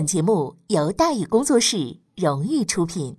本节目由大宇工作室荣誉出品。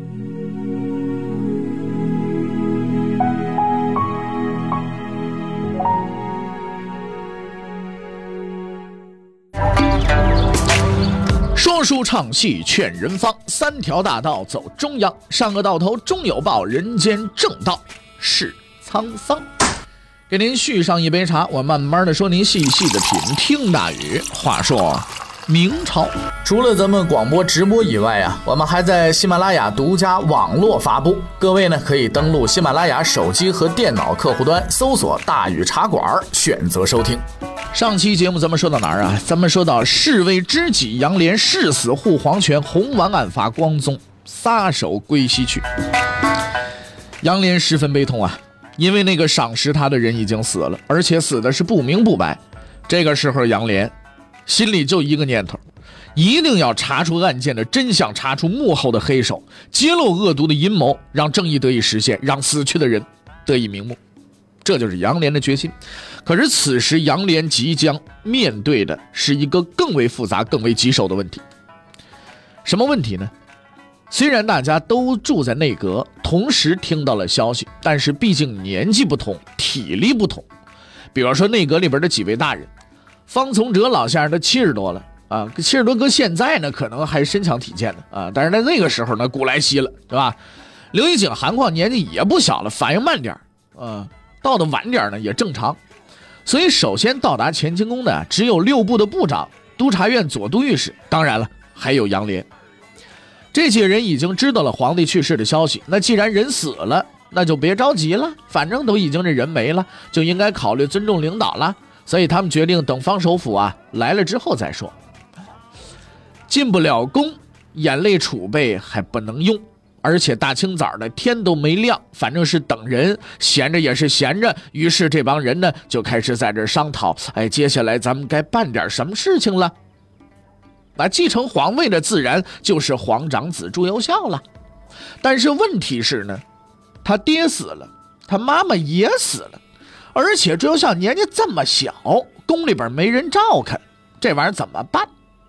说书唱戏劝人方，三条大道走中央，善恶到头终有报，人间正道是沧桑。给您续上一杯茶，我慢慢的说，您细细的品。听大宇话说明朝， 除了咱们广播直播以外啊，我们还在喜马拉雅独家网络发布。各位呢，可以登录喜马拉雅手机和电脑客户端，搜索大宇茶馆，选择收听。 上期节目咱们说到哪儿啊？咱们说到士为知己，杨涟誓死护皇权，红丸案发，光宗撒手归西去。杨涟十分悲痛啊，因为那个赏识他的人已经死了，而且死的是不明不白。这个时候杨涟心里就一个念头，一定要查出案件的真相，查出幕后的黑手，揭露恶毒的阴谋，让正义得以实现，让死去的人得以瞑目。这就是杨涟的决心。可是此时杨涟即将面对的是一个更为复杂更为棘手的问题。什么问题呢？虽然大家都住在内阁，同时听到了消息，但是毕竟年纪不同，体力不同。比如说内阁里边的几位大人，方从哲老先生他70多了啊，70多搁现在呢可能还身强体健的啊，但是在那个时候呢古来稀了，对吧？刘一景、韩况年纪也不小了，反应慢点到的晚点呢也正常。所以首先到达乾清宫的只有6部的部长、督察院左都御史，当然了还有杨涟。这些人已经知道了皇帝去世的消息，那既然人死了，那就别着急了，反正都已经这人没了，就应该考虑尊重领导了。所以他们决定等方首辅来了之后再说。进不了宫，眼泪储备还不能用，而且大清早的天都没亮，反正是等人，闲着也是闲着。于是这帮人呢就开始在这商讨，接下来咱们该办点什么事情了。继承皇位的自然就是皇长子朱由校了。但是问题是呢，他爹死了，他妈妈也死了，而且朱由校年纪这么小，宫里边没人照看，这玩意儿怎么办？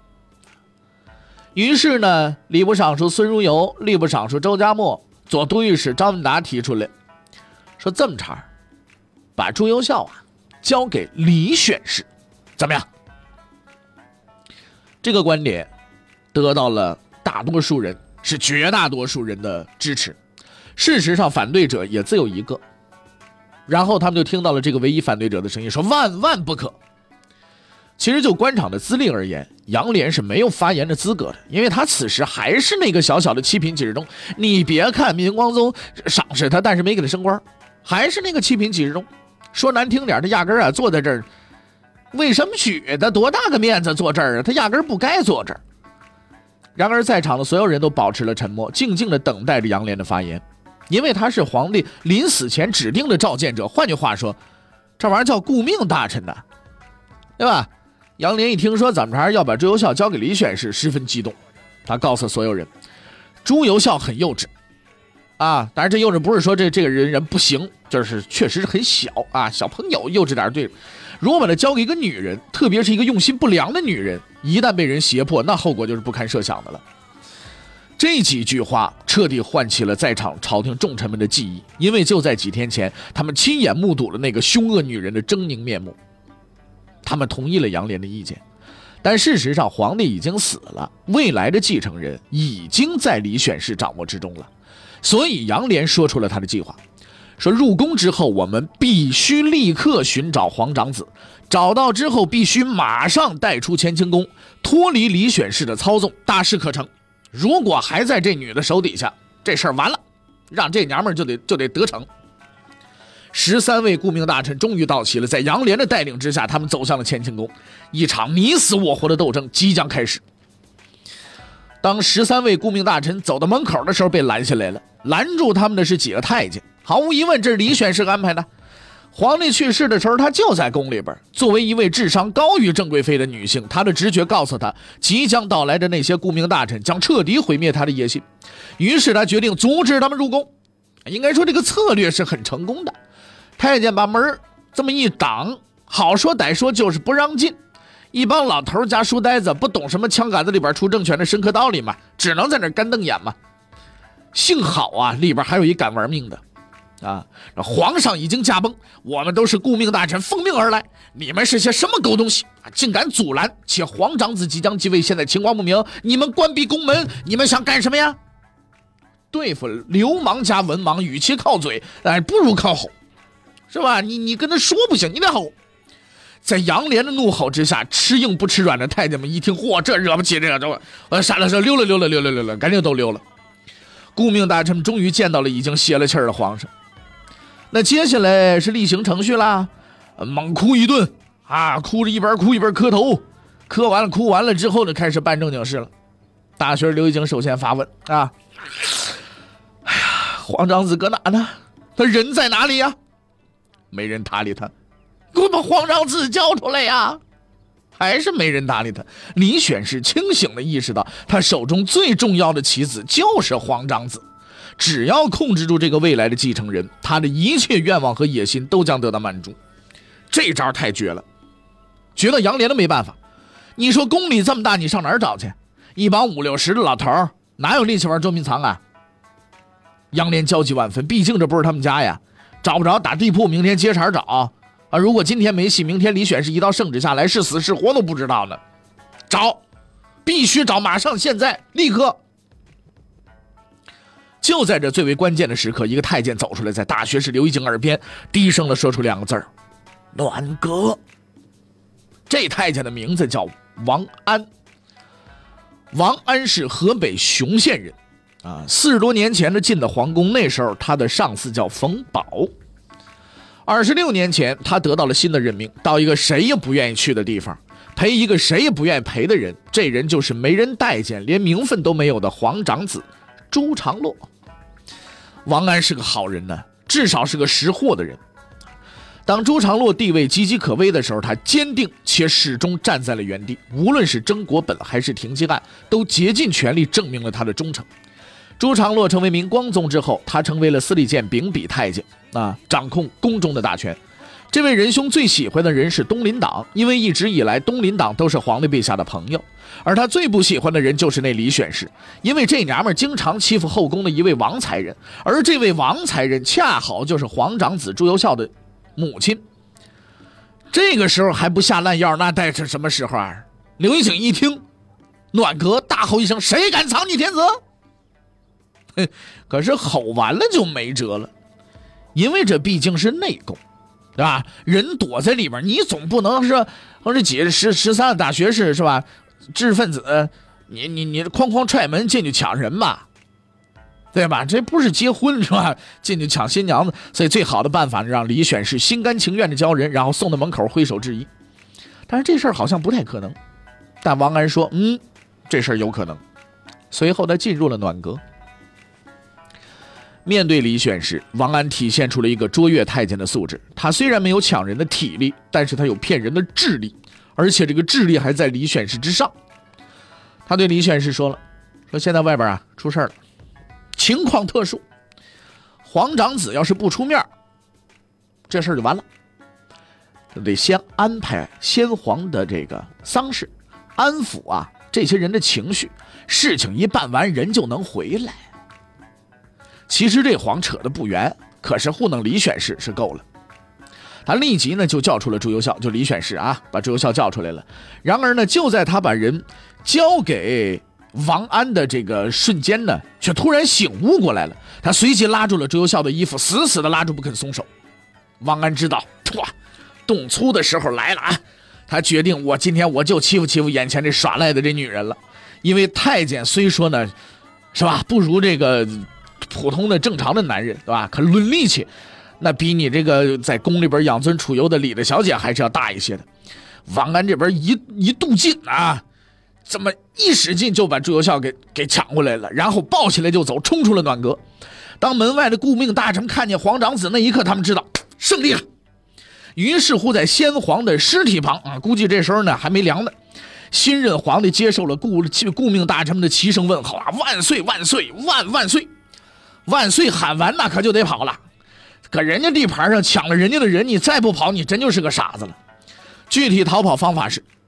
于是呢，礼部尚书孙如游、吏部尚书周家默、左都御史张文达提出来说，这么茬把朱由校交给李选侍，怎么样？这个观点得到了大多数人，是绝大多数人的支持。事实上反对者也只有一个。然后他们就听到了这个唯一反对者的声音，说万万不可。其实就官场的资历而言，杨涟是没有发言的资格的，因为他此时还是那个小小的7品给事中。你别看明光宗赏识他，但是没给他升官，还是那个7品给事中。说难听点，他压根坐在这儿，为什么许的多大个面子坐这儿他压根不该坐这儿。然而在场的所有人都保持了沉默，静静地等待着杨涟的发言，因为他是皇帝临死前指定的召见者。换句话说，这玩意儿叫顾命大臣的，对吧？杨涟一听说怎么着要把朱由校交给李选侍，十分激动。他告诉所有人，朱由校很幼稚当然这幼稚不是说这个人不行，就是确实是很小小朋友幼稚点对。如果把他交给一个女人，特别是一个用心不良的女人，一旦被人胁迫，那后果就是不堪设想的了。这几句话彻底唤起了在场朝廷重臣们的记忆，因为就在几天前，他们亲眼目睹了那个凶恶女人的狰狞面目。他们同意了杨涟的意见，但事实上皇帝已经死了，未来的继承人已经在李选侍掌握之中了。所以杨涟说出了他的计划，说入宫之后我们必须立刻寻找皇长子，找到之后必须马上带出乾清宫，脱离李选侍的操纵，大事可成。如果还在这女的手底下，这事儿完了，让这娘们就得得逞。13位顾命大臣终于到齐了，在杨涟的带领之下，他们走向了乾清宫，一场你死我活的斗争即将开始。当13位顾命大臣走到门口的时候，被拦下来了。拦住他们的是几个太监，毫无疑问这是李选侍安排的。皇帝去世的时候，他就在宫里边。作为一位智商高于郑贵妃的女性，她的直觉告诉她，即将到来的那些顾命大臣将彻底毁灭她的野心。于是她决定阻止他们入宫。应该说这个策略是很成功的。太监把门这么一挡，好说歹说就是不让进。 一帮老头加书呆子，不懂什么枪杆子里边出政权的深刻道理嘛，只能在那干瞪眼嘛。幸好啊，里边还有一敢玩命的啊！皇上已经驾崩，我们都是顾命大臣，奉命而来，你们是些什么狗东西啊？竟敢阻拦！且皇长子即将继位，现在情况不明，你们关闭宫门，你们想干什么呀？对付流氓加文盲，与其靠嘴，不如靠吼，是吧？你跟他说不行，你得吼。在杨连的怒吼之下，吃硬不吃软的太监们一听，嚯，这惹不起，这闪了，溜了，赶紧都溜了。顾命大臣们终于见到了已经泄了气儿的皇上。那接下来是例行程序啦，猛哭一顿啊，哭着一边哭一边磕头，哭完了之后呢，开始办正经事了。大学刘一京首先发问啊，哎呀，皇长子搁哪呢？他人在哪里呀？没人搭理他。给我把皇长子交出来呀！还是没人搭理他。李选是清醒地意识到，他手中最重要的棋子就是皇长子，只要控制住这个未来的继承人，他的一切愿望和野心都将得到满足。这招太绝了，绝到杨连都没办法。你说宫里这么大，你上哪儿找去？一帮50、60的老头哪有力气玩捉迷藏啊？杨连焦急万分，毕竟这不是他们家呀，找不着打地铺，明天接茬找啊！如果今天没戏，明天李选是一道圣旨下来，是死是活都不知道呢。找，必须找，马上，现在，立刻！就在这最为关键的时刻，一个太监走出来，在大学士刘一京耳边低声地说出2个字儿：暖阁。这太监的名字叫王安。王安是河北雄县人啊，40多年前的进的皇宫，那时候他的上司叫冯保。26年前，他得到了新的任命，到一个谁也不愿意去的地方，陪一个谁也不愿意陪的人，这人就是没人待见，连名分都没有的皇长子朱常洛。王安是个好人呢，至少是个识货的人。当朱常洛地位岌岌可危的时候，他坚定且始终站在了原地，无论是征国本还是停机案，都竭尽全力证明了他的忠诚。朱常洛成为明光宗之后，他成为了司礼监秉笔太监啊，掌控宫中的大权。这位仁兄最喜欢的人是东林党，因为一直以来东林党都是皇帝陛下的朋友，而他最不喜欢的人就是那李选氏，因为这娘们经常欺负后宫的一位王才人，而这位王才人恰好就是皇长子朱由校的母亲。这个时候还不下烂药，那待是什么时候啊？刘一景一听，暖阁大吼一声：“谁敢藏你天子？”可是吼完了就没辙了，因为这毕竟是内宫，对吧？人躲在里边，你总不能是或者13个大学士是吧？知识分子，你哐哐踹门进去抢人吧，对吧？这不是结婚是吧？进去抢新娘子，所以最好的办法让李选是心甘情愿的交人，然后送到门口挥手致意。但是这事儿好像不太可能。但王安说，这事儿有可能。随后他进入了暖阁。面对李选氏，王安体现出了一个卓越太监的素质。他虽然没有抢人的体力，但是他有骗人的智力，而且这个智力还在李选氏之上。他对李选氏说了，说现在外边出事了，情况特殊，皇长子要是不出面，这事儿就完了。得先安排先皇的这个丧事，安抚这些人的情绪，事情一办完，人就能回来。其实这皇扯得不远，可是糊弄李选氏是够了。他立即呢就叫出了朱由校，就李选氏把朱由校叫出来了。然而呢，就在他把人交给王安的这个瞬间呢，却突然醒悟过来了。他随即拉住了朱由校的衣服，死死地拉住不肯松手。王安知道，哇，动粗的时候来了他决定，今天我就欺负眼前这耍赖的这女人了。因为太监虽说呢，是吧，不如这个普通的正常的男人，对吧？可论力气，那比你这个在宫里边养尊处优的李大小姐还是要大一些的。王安这边一度劲这么一使劲就把朱由校给抢过来了，然后抱起来就走，冲出了暖阁。当门外的顾命大臣看见皇长子那一刻，他们知道胜利了。于是乎，在先皇的尸体旁估计这时候呢还没凉呢。新任皇帝接受了顾命大臣们的齐声问候万岁万岁万岁！万岁喊完那可就得跑了，可人家地盘上抢了人家的人，你再不跑，你真就是个傻子了。具体逃跑方法是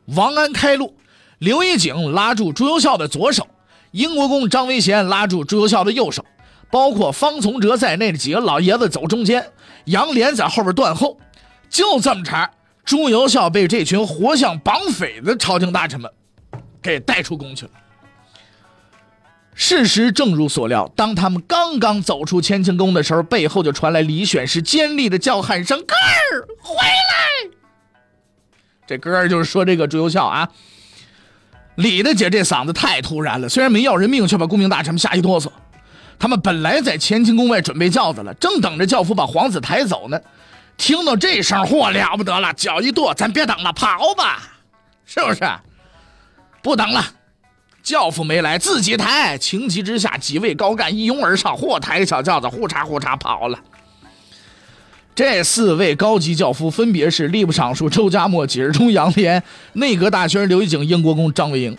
王安开路，刘义景拉住朱由校的左手，英国公张维贤拉住朱由校的右手，包括方从哲在内的几个老爷子走中间，杨涟在后边断后。就这么着，朱由校被这群活像绑匪的朝廷大臣们给带出宫去了。事实正如所料，当他们刚刚走出乾清宫的时候，背后就传来李选侍尖利的叫喊声：“哥儿回来！”这哥儿就是说这个朱由校啊。李大姐这嗓子太突然了，虽然没要人命，却把顾命大臣们吓一哆嗦。他们本来在乾清宫外准备轿子了，正等着轿夫把皇子抬走呢。听到这声，嚯，了不得了，脚一跺，咱别等了，跑吧，是不是？不等了，轿夫没来，自己抬。情急之下，几位高干一拥而上，嚯，抬个小轿子，呼嚓呼嚓跑了。这4位高级轿夫分别是吏部尚书周家默、几日中杨涟、内阁大学士刘义景、英国公张维迎。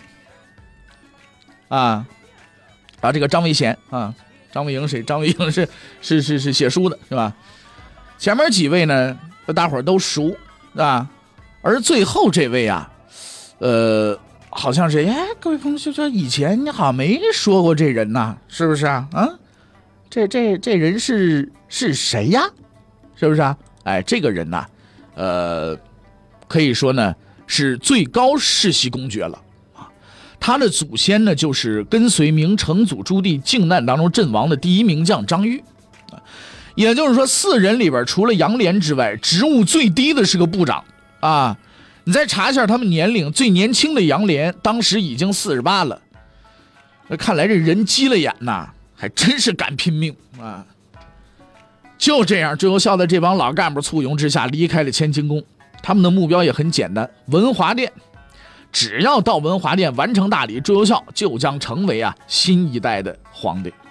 这个张维贤啊，张维迎谁？张维迎是写书的，是吧？前面几位呢，大伙儿都熟啊，而最后这位啊，好像是各位朋友说以前你好像没说过这人呐，是不是啊？这人是谁呀？是不是啊？这个人呐，可以说呢是最高世袭公爵了啊。他的祖先呢就是跟随明成祖朱棣靖难当中阵亡的第一名将张玉。也就是说，4人里边除了杨涟之外，职务最低的是个部长啊。你再查一下他们年龄，最年轻的杨涟当时已经48了。看来这人急了眼呐，还真是敢拼命啊！就这样，朱由校在这帮老干部簇拥之下离开了乾清宫。他们的目标也很简单，文华殿。只要到文华殿完成大礼，朱由校就将成为新一代的皇帝。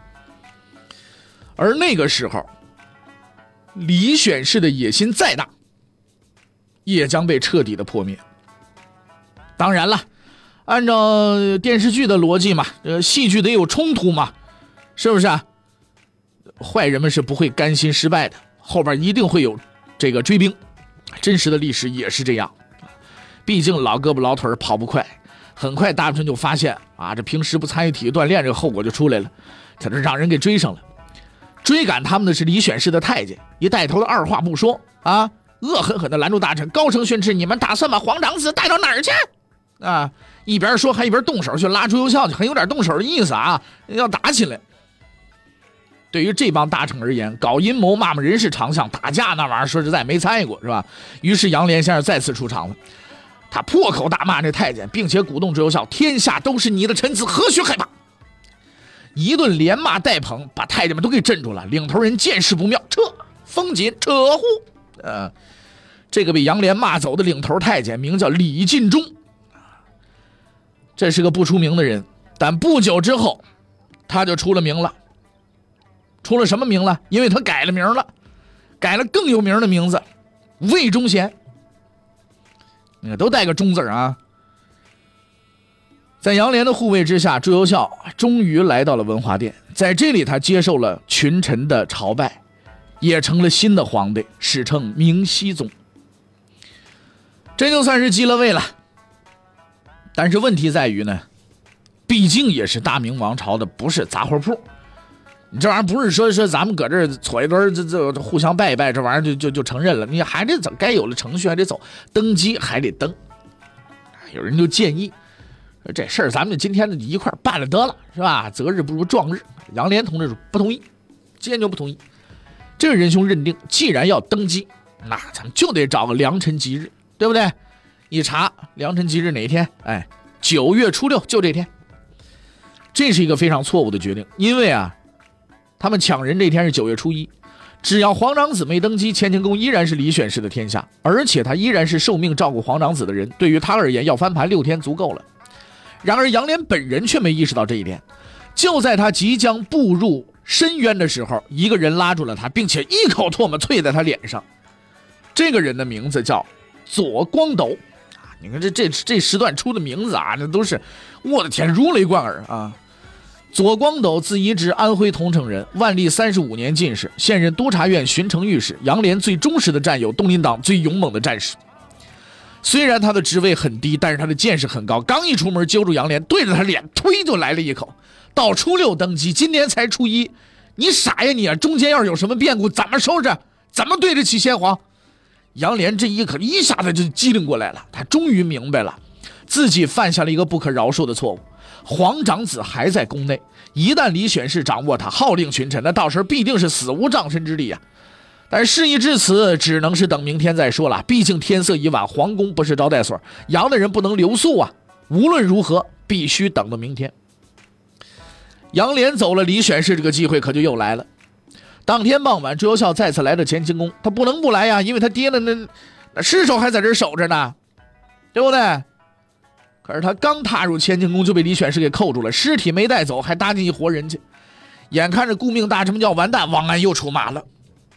而那个时候，李选侍的野心再大，也将被彻底的破灭。当然了，按照电视剧的逻辑嘛，戏剧得有冲突嘛，是不是啊？坏人们是不会甘心失败的，后边一定会有这个追兵。真实的历史也是这样，毕竟老胳膊老腿跑不快，很快大臣就发现这平时不参与体育锻炼，这个后果就出来了，他就让人给追上了。追赶他们的是李选侍的太监，一带头的二话不说恶狠狠地拦住大臣，高声训斥：“你们打算把皇长子带到哪儿去？”一边说还一边动手去拉朱由校去，很有点动手的意思要打起来。对于这帮大臣而言，搞阴谋、骂人是长项，打架那玩意儿说实在没参与过，是吧？于是杨涟先生再次出场了，他破口大骂这太监，并且鼓动朱由校：“天下都是你的臣子，何须害怕？”一顿连骂带捧，把太监们都给镇住了。领头人见势不妙，撤，风紧，扯呼。这个被杨涟骂走的领头太监名叫李进忠，这是个不出名的人，但不久之后他就出了名了。出了什么名了？因为他改了名了，改了更有名的名字，魏忠贤。你看都带个忠字在杨涟的护卫之下，朱由校终于来到了文华殿，在这里他接受了群臣的朝拜，也成了新的皇帝，史称明熹宗。这就算是继了位了。但是问题在于呢，毕竟也是大明王朝的，不是杂货铺。你这玩意儿不是说咱们搁这儿搓一顿，这互相拜一拜，这玩意儿就承认了，你还得走，该有的程序还得走，登基还得登。有人就建议，这事儿咱们今天一块办了得了，是吧？择日不如撞日。杨涟同志不同意，坚决不同意。这个仁兄认定，既然要登基，那咱们就得找个良辰吉日，对不对？一查良辰吉日哪天？9月初6，就这天。这是一个非常错误的决定，因为他们抢人这天是9月初1，只要皇长子没登基，乾清宫依然是李选侍的天下，而且他依然是受命照顾皇长子的人，对于他而言要翻盘6天足够了。然而杨涟本人却没意识到这一点，就在他即将步入深渊的时候，一个人拉住了他，并且一口唾沫啐在他脸上。这个人的名字叫左光斗。你看这时段出的名字那都是我的天，如雷贯耳左光斗字一之，安徽桐城人，万历35年进士，现任督察院巡城御史，杨涟最忠实的战友，东林党最勇猛的战士。 虽然他的职位很低，但是他的见识很高。刚一出门揪住杨涟，对着他脸推就来了一口。到初6登基，今年才初1，你傻呀你啊！中间要是有什么变故，怎么收拾？怎么对得起先皇？杨涟这一下子就机灵过来了，他终于明白了自己犯下了一个不可饶恕的错误。皇长子还在宫内，一旦李选侍掌握他，号令群臣，那到时必定是死无葬身之地啊！但事已至此，只能是等明天再说了。毕竟天色已晚，皇宫不是招待所，杨的人不能留宿啊！无论如何，必须等到明天。杨涟走了，李选侍这个机会可就又来了。当天傍晚，朱由校再次来到乾清宫，他不能不来呀，因为他爹的那尸首还在这守着呢，对不对？可是他刚踏入乾清宫就被李选侍给扣住了，尸体没带走，还搭进一活人去。眼看着顾命大臣要完蛋，王安又出马了。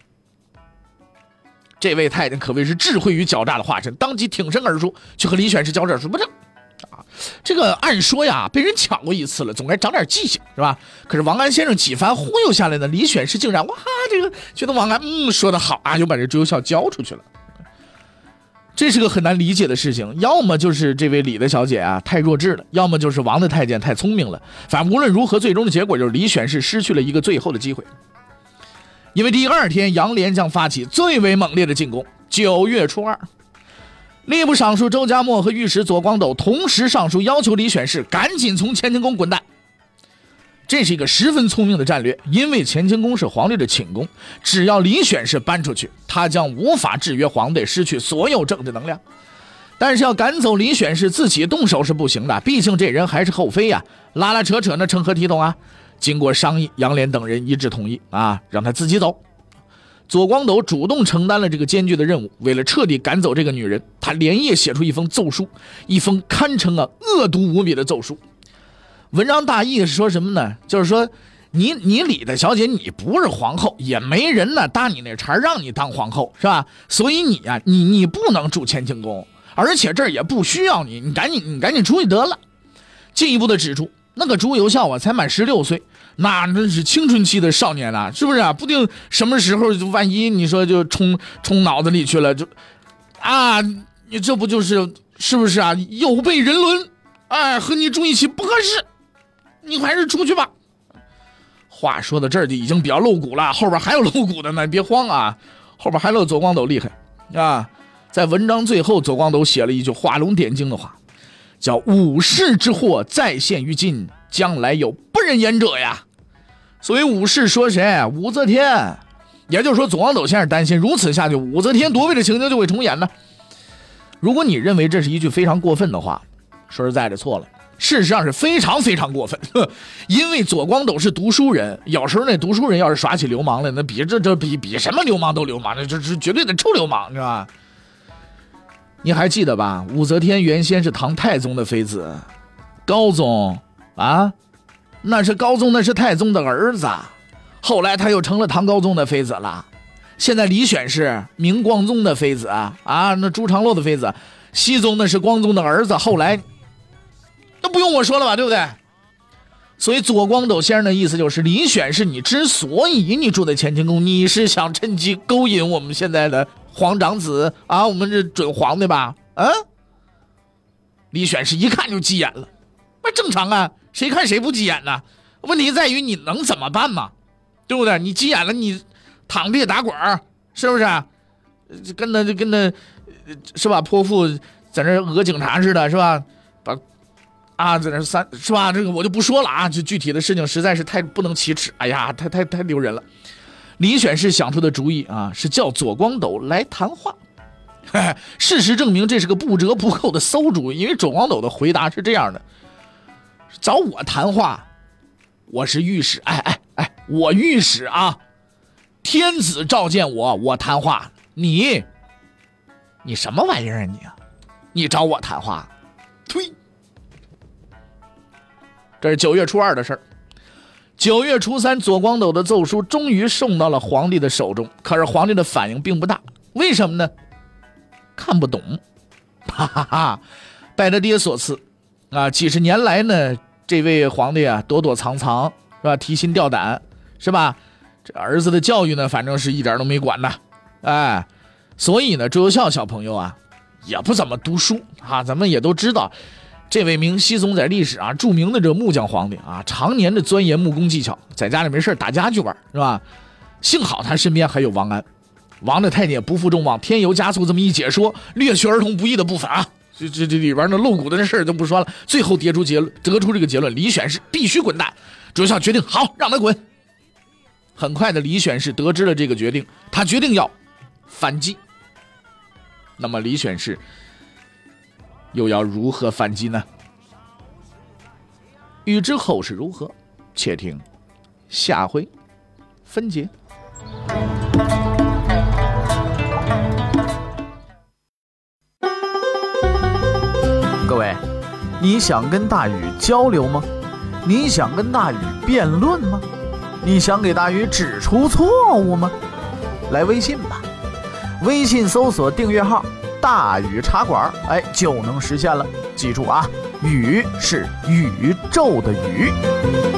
这位太监可谓是智慧与狡诈的化身，当即挺身而出，去和李选侍交战，说不是这个按说呀，被人抢过一次了，总该长点记性，是吧？可是王安先生几番忽悠下来呢，李选侍竟然这个觉得王安说得好啊，又把这朱由校交出去了。这是个很难理解的事情，要么就是这位李的小姐啊太弱智了，要么就是王的太监太聪明了。反正无论如何，最终的结果就是李选侍失去了一个最后的机会。因为第二天，杨涟将发起最为猛烈的进攻。9月初2，吏部尚书周家默和御史左光斗同时上书要求李选侍赶紧从乾清宫滚蛋。这是一个十分聪明的战略，因为乾清宫是皇帝的寝宫，只要李选侍搬出去，他将无法制约皇帝，失去所有政治能量。但是要赶走李选侍，自己动手是不行的，毕竟这人还是后妃呀，拉拉扯扯那成何体统啊？经过商议，杨涟等人一致同意让他自己走。左光斗主动承担了这个艰巨的任务，为了彻底赶走这个女人，他连夜写出一封奏书，一封堪称恶毒无比的奏书。文章大意是说什么呢？就是说你李的小姐，你不是皇后，也没人呢搭你那茬让你当皇后，是吧？所以你不能住乾清宫，而且这儿也不需要你，你赶紧出去得了。进一步的指出，那个朱由校才满16岁，那是青春期的少年啊，是不是啊？不定什么时候万一你说就冲脑子里去了，就你这不是不是啊？有悖人伦，和你住一起不合适，你还是出去吧。话说到这儿就已经比较露骨了，后边还有露骨的呢，别慌啊，后边还有左光斗厉害啊！在文章最后，左光斗写了一句画龙点睛的话，叫武士之祸再现于今，将来有不忍言者呀。所以武士说谁？武则天。也就是说，左光斗先生担心如此下去，武则天夺位的情景就会重演呢。如果你认为这是一句非常过分的话，说实在的错了，事实上是非常非常过分。因为左光斗是读书人，有时候那读书人要是耍起流氓来，那比什么流氓都流氓，这绝对的臭流氓，是吧？你还记得吧？武则天原先是唐太宗的妃子，高宗那是高宗，那是太宗的儿子，后来他又成了唐高宗的妃子了。现在李选是明光宗的妃子那朱常洛的妃子，熹宗那是光宗的儿子，后来那不用我说了吧，对不对？所以左光斗先生的意思就是，李选是你之所以你住在乾清宫，你是想趁机勾引我们现在的皇长子我们这准皇对吧？李选是一看就急眼了，那正常啊，谁看谁不急眼呢？问题在于你能怎么办嘛，对不对？你急眼了，你躺地打滚是不是？跟那是吧？泼妇在那讹警察似的，是吧？在那是吧？这个我就不说了这具体的事情实在是太不能启齿，哎呀，太丢人了。李选是想出的主意是叫左光斗来谈话。事实证明这是个不折不扣的馊主意，因为左光斗的回答是这样的：找我谈话，我是御史，我御史天子召见我谈话，你什么玩意儿你找我谈话？推！这是9月初2的事儿。9月初3，左光斗的奏书终于送到了皇帝的手中，可是皇帝的反应并不大，为什么呢？看不懂。拜他爹所赐几十年来呢，这位皇帝躲躲藏藏，是吧？提心吊胆，是吧？这儿子的教育呢，反正是一点都没管的。所以呢，朱由校小朋友也不怎么读书啊。咱们也都知道，这位明熹宗在历史啊著名的这木匠皇帝啊，常年的钻研木工技巧，在家里没事打家具玩，是吧？幸好他身边还有王安，王的太监不负众望，添油加醋这么一解说，略去儿童不宜的部分啊，这里边的露骨的事儿就不说了。最后得出这个结论，李选侍必须滚蛋。主校决定好，让他滚。很快的，李选侍得知了这个决定，他决定要反击。那么李选侍又要如何反击呢？欲知后事如何，且听下回分解。 各位，你想跟大禹交流吗？你想跟大禹辩论吗？你想给大禹指出错误吗？来微信吧，微信搜索订阅号大禹茶馆，就能实现了。记住啊，禹是宇宙的宇。